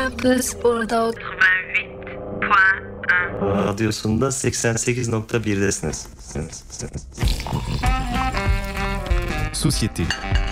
Campus burada 88.1 Radyosunda 88.1'desiniz. Société.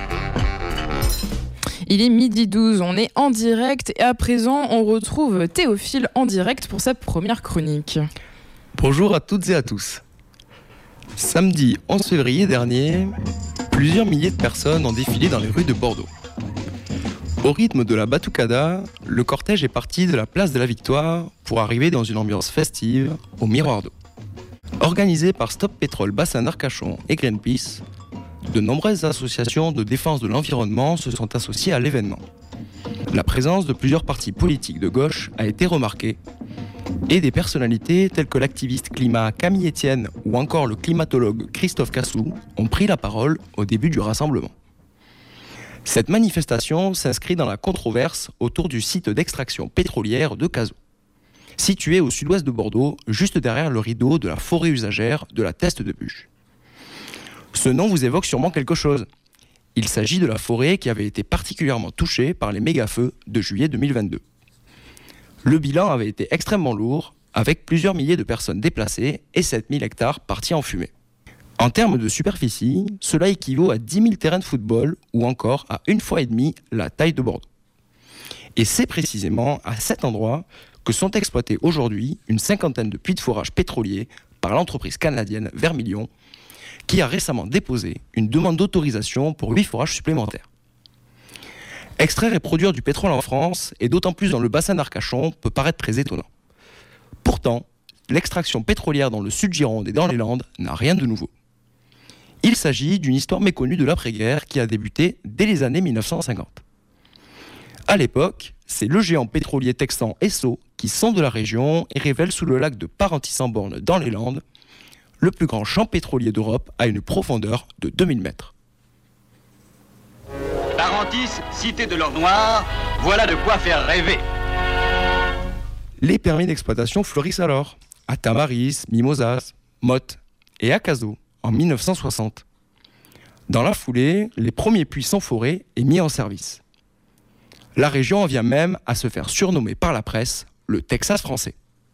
Il est 12h, on est en direct et à présent on retrouve Théophile en direct pour sa première chronique. Bonjour à toutes et à tous. Samedi 11 février dernier, plusieurs milliers de personnes ont défilé dans les rues de Bordeaux. Au rythme de la batucada, le cortège est parti de la place de la Victoire pour arriver dans une ambiance festive au Miroir d'eau. Organisé par Stop Pétrole Bassin d'Arcachon et Greenpeace, de nombreuses associations de défense de l'environnement se sont associées à l'événement. La présence de plusieurs partis politiques de gauche a été remarquée et des personnalités telles que l'activiste climat Camille Etienne ou encore le climatologue Christophe Cassou ont pris la parole au début du rassemblement. Cette manifestation s'inscrit dans la controverse autour du site d'extraction pétrolière de Cazaux, situé au sud-ouest de Bordeaux, juste derrière le rideau de la forêt usagère de la Teste de Buch. Ce nom vous évoque sûrement quelque chose. Il s'agit de la forêt qui avait été particulièrement touchée par les méga-feux de juillet 2022. Le bilan avait été extrêmement lourd, avec plusieurs milliers de personnes déplacées et 7000 hectares partis en fumée. En termes de superficie, cela équivaut à 10 000 terrains de football ou encore à 1,5 fois la taille de Bordeaux. Et c'est précisément à cet endroit que sont exploités aujourd'hui une cinquantaine de puits de forage pétroliers par l'entreprise canadienne Vermilion, qui a récemment déposé une demande d'autorisation pour 8 forages supplémentaires. Extraire et produire du pétrole en France, et d'autant plus dans le bassin d'Arcachon, peut paraître très étonnant. Pourtant, l'extraction pétrolière dans le sud-Gironde et dans les Landes n'a rien de nouveau. Il s'agit d'une histoire méconnue de l'après-guerre qui a débuté dès les années 1950. À l'époque, c'est le géant pétrolier texan Esso qui sonde la région et révèle sous le lac de Parentis-en-Born dans les Landes le plus grand champ pétrolier d'Europe à une profondeur de 2000 mètres. Parentis, cité de l'or noir, voilà de quoi faire rêver. Les permis d'exploitation fleurissent alors, à Tamaris, Mimosas, Motte et à Cazaux en 1960. Dans la foulée, les premiers puits sans forêt est mis en service. La région en vient même à se faire surnommer par la presse le Texas français.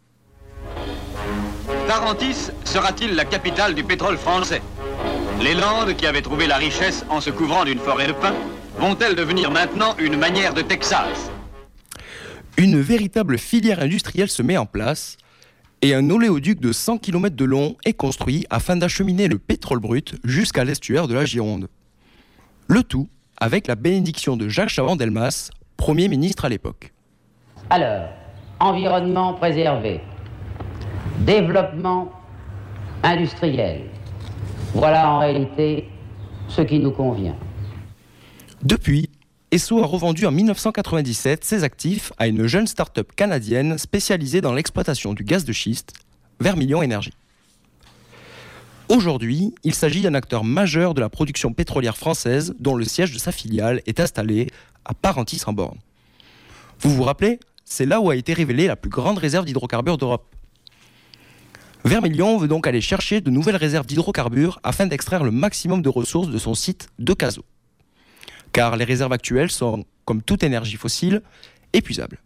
Parentis sera-t-il la capitale du pétrole français? Les Landes, qui avaient trouvé la richesse en se couvrant d'une forêt de pins, vont-elles devenir maintenant une manière de Texas? Une véritable filière industrielle se met en place et un oléoduc de 100 km de long est construit afin d'acheminer le pétrole brut jusqu'à l'estuaire de la Gironde. Le tout avec la bénédiction de Jacques Chaban-Delmas, Premier ministre à l'époque. Alors, environnement préservé, développement industriel, voilà en réalité ce qui nous convient. Depuis, Esso a revendu en 1997 ses actifs à une jeune start-up canadienne spécialisée dans l'exploitation du gaz de schiste, Vermilion Énergie. Aujourd'hui, il s'agit d'un acteur majeur de la production pétrolière française dont le siège de sa filiale est installé à Parentis-en-Born. Vous vous rappelez, c'est là où a été révélée la plus grande réserve d'hydrocarbures d'Europe. Vermilion veut donc aller chercher de nouvelles réserves d'hydrocarbures afin d'extraire le maximum de ressources de son site de Cazaux. Car les réserves actuelles sont, comme toute énergie fossile, épuisables.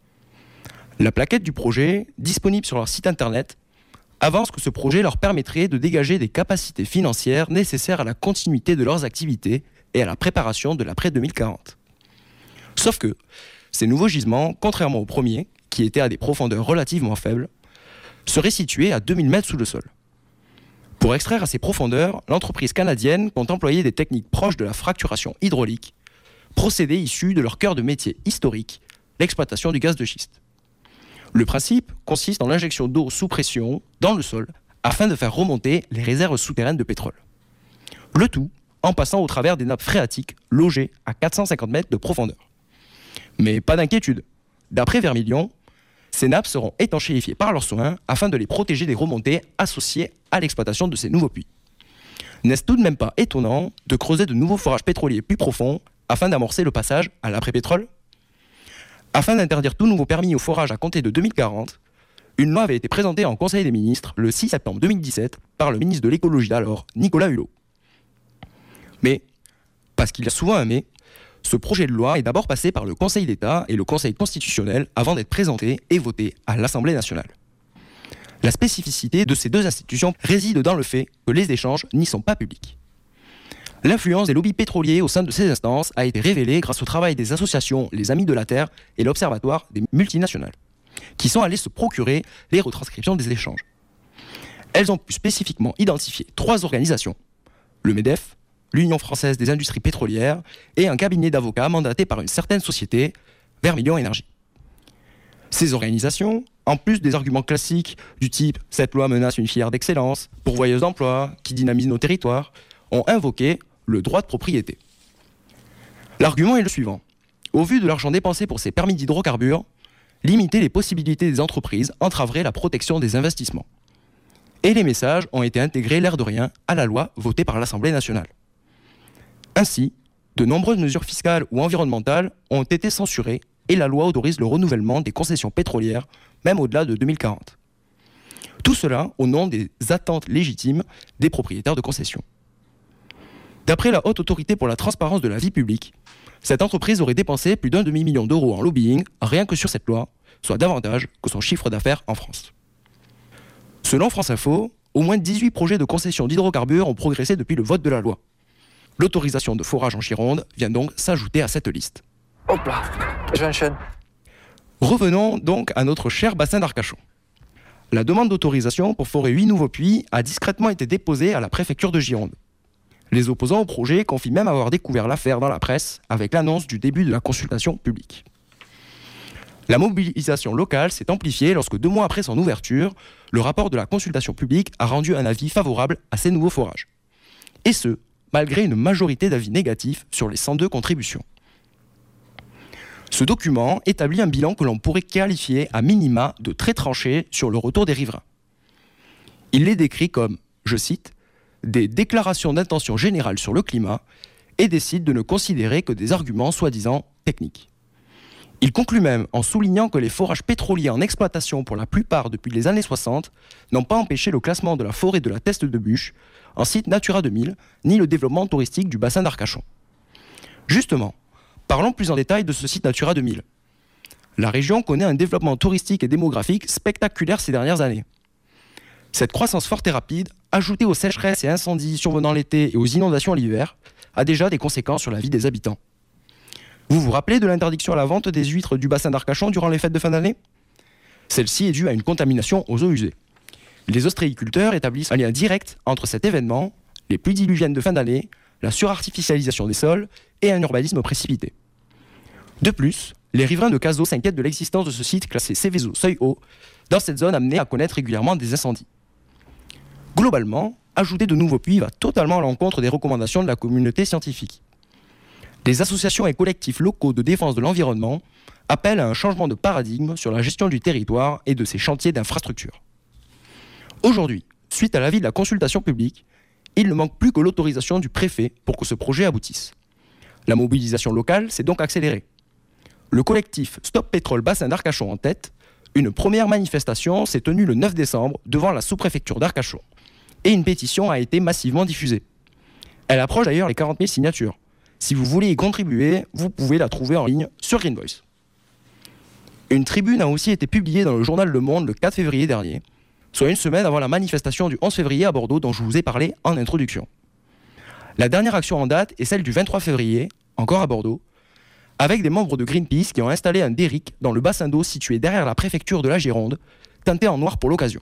La plaquette du projet, disponible sur leur site internet, avance que ce projet leur permettrait de dégager des capacités financières nécessaires à la continuité de leurs activités et à la préparation de l'après-2040. Sauf que ces nouveaux gisements, contrairement aux premiers, qui étaient à des profondeurs relativement faibles, seraient situés à 2000 mètres sous le sol. Pour extraire à ces profondeurs, l'entreprise canadienne compte employer des techniques proches de la fracturation hydraulique, procédé issu de leur cœur de métier historique, l'exploitation du gaz de schiste. Le principe consiste en l'injection d'eau sous pression dans le sol afin de faire remonter les réserves souterraines de pétrole. Le tout en passant au travers des nappes phréatiques logées à 450 mètres de profondeur. Mais pas d'inquiétude, d'après Vermilion, ces nappes seront étanchéifiées par leurs soins afin de les protéger des remontées associées à l'exploitation de ces nouveaux puits. N'est-ce tout de même pas étonnant de creuser de nouveaux forages pétroliers plus profonds afin d'amorcer le passage à l'après-pétrole? Afin d'interdire tout nouveau permis au forage à compter de 2040, une loi avait été présentée en Conseil des ministres le 6 septembre 2017 par le ministre de l'écologie d'alors, Nicolas Hulot. Mais, parce qu'il y a souvent un mais, Ce projet de loi est d'abord passé par le Conseil d'État et le Conseil constitutionnel avant d'être présenté et voté à l'Assemblée nationale. La spécificité de ces deux institutions réside dans le fait que les échanges n'y sont pas publics. L'influence des lobbies pétroliers au sein de ces instances a été révélée grâce au travail des associations Les Amis de la Terre et l'Observatoire des multinationales, qui sont allés se procurer les retranscriptions des échanges. Elles ont pu spécifiquement identifier 3 organisations, le MEDEF, l'Union française des industries pétrolières et un cabinet d'avocats mandaté par une certaine société, Vermilion Énergie. Ces organisations, en plus des arguments classiques du type « cette loi menace une filière d'excellence, pourvoyeuse d'emplois, qui dynamise nos territoires », ont invoqué le droit de propriété. L'argument est le suivant. Au vu de l'argent dépensé pour ces permis d'hydrocarbures, limiter les possibilités des entreprises entraverait la protection des investissements. Et les messages ont été intégrés l'air de rien à la loi votée par l'Assemblée nationale. Ainsi, de nombreuses mesures fiscales ou environnementales ont été censurées et la loi autorise le renouvellement des concessions pétrolières, même au-delà de 2040. Tout cela au nom des attentes légitimes des propriétaires de concessions. D'après la Haute Autorité pour la transparence de la vie publique, cette entreprise aurait dépensé plus d'1 demi-million d'euros en lobbying rien que sur cette loi, soit davantage que son chiffre d'affaires en France. Selon France Info, au moins 18 projets de concession d'hydrocarbures ont progressé depuis le vote de la loi. L'autorisation de forage en Gironde vient donc s'ajouter à cette liste. Hop là, j'enchaîne. Revenons donc à notre cher bassin d'Arcachon. La demande d'autorisation pour forer 8 nouveaux puits a discrètement été déposée à la préfecture de Gironde. Les opposants au projet confient même avoir découvert l'affaire dans la presse avec l'annonce du début de la consultation publique. La mobilisation locale s'est amplifiée lorsque 2 mois après son ouverture, le rapport de la consultation publique a rendu un avis favorable à ces nouveaux forages. Et ce, malgré une majorité d'avis négatifs sur les 102 contributions. Ce document établit un bilan que l'on pourrait qualifier à minima de très tranché sur le retour des riverains. Il les décrit comme, je cite, des déclarations d'intention générale sur le climat et décide de ne considérer que des arguments soi-disant techniques. Il conclut même en soulignant que les forages pétroliers en exploitation pour la plupart depuis les années 60 n'ont pas empêché le classement de la forêt de la Teste de Buch en site Natura 2000, ni le développement touristique du bassin d'Arcachon. Justement, parlons plus en détail de ce site Natura 2000. La région connaît un développement touristique et démographique spectaculaire ces dernières années. Cette croissance forte et rapide, ajoutée aux sécheresses et incendies survenant l'été et aux inondations l'hiver, a déjà des conséquences sur la vie des habitants. Vous vous rappelez de l'interdiction à la vente des huîtres du bassin d'Arcachon durant les fêtes de fin d'année ? Celle-ci est due à une contamination aux eaux usées. Les ostréiculteurs établissent un lien direct entre cet événement, les pluies diluviennes de fin d'année, la surartificialisation des sols et un urbanisme précipité. De plus, les riverains de Cazaux s'inquiètent de l'existence de ce site classé Céveso seuil haut, dans cette zone amenée à connaître régulièrement des incendies. Globalement, ajouter de nouveaux puits va totalement à l'encontre des recommandations de la communauté scientifique. Les associations et collectifs locaux de défense de l'environnement appellent à un changement de paradigme sur la gestion du territoire et de ses chantiers d'infrastructure. Aujourd'hui, suite à l'avis de la consultation publique, il ne manque plus que l'autorisation du préfet pour que ce projet aboutisse. La mobilisation locale s'est donc accélérée. Le collectif Stop Pétrole Bassin d'Arcachon en tête, une première manifestation s'est tenue le 9 décembre devant la sous-préfecture d'Arcachon. Et une pétition a été massivement diffusée. Elle approche d'ailleurs les 40 000 signatures. Si vous voulez y contribuer, vous pouvez la trouver en ligne sur Green Voice. Une tribune a aussi été publiée dans le journal Le Monde le 4 février dernier, soit une semaine avant la manifestation du 11 février à Bordeaux dont je vous ai parlé en introduction. La dernière action en date est celle du 23 février, encore à Bordeaux, avec des membres de Greenpeace qui ont installé un derrick dans le bassin d'eau situé derrière la préfecture de la Gironde, teinté en noir pour l'occasion.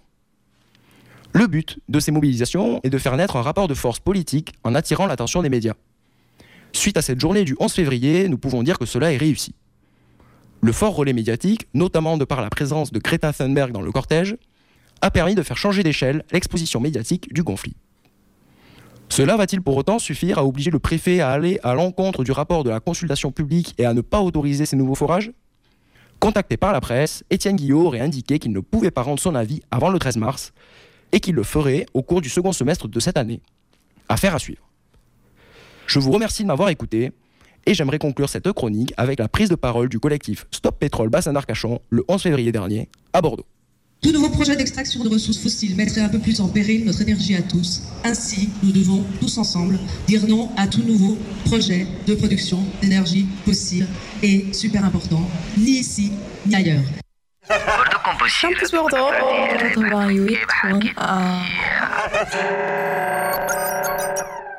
Le but de ces mobilisations est de faire naître un rapport de force politique en attirant l'attention des médias. Suite à cette journée du 11 février, nous pouvons dire que cela est réussi. Le fort relais médiatique, notamment de par la présence de Greta Thunberg dans le cortège, a permis de faire changer d'échelle l'exposition médiatique du conflit. Cela va-t-il pour autant suffire à obliger le préfet à aller à l'encontre du rapport de la consultation publique et à ne pas autoriser ces nouveaux forages ? Contacté par la presse, Étienne Guillot aurait indiqué qu'il ne pouvait pas rendre son avis avant le 13 mars et qu'il le ferait au cours du second semestre de cette année. Affaire à suivre. Je vous remercie de m'avoir écouté et j'aimerais conclure cette chronique avec la prise de parole du collectif Stop Pétrole Bassin d'Arcachon le 11 février dernier à Bordeaux. Tout nouveau projet d'extraction de ressources fossiles mettrait un peu plus en péril notre énergie à tous. Ainsi, nous devons tous ensemble dire non à tout nouveau projet de production d'énergie fossile et, super important, ni ici ni ailleurs. Campus Bordeaux 88.1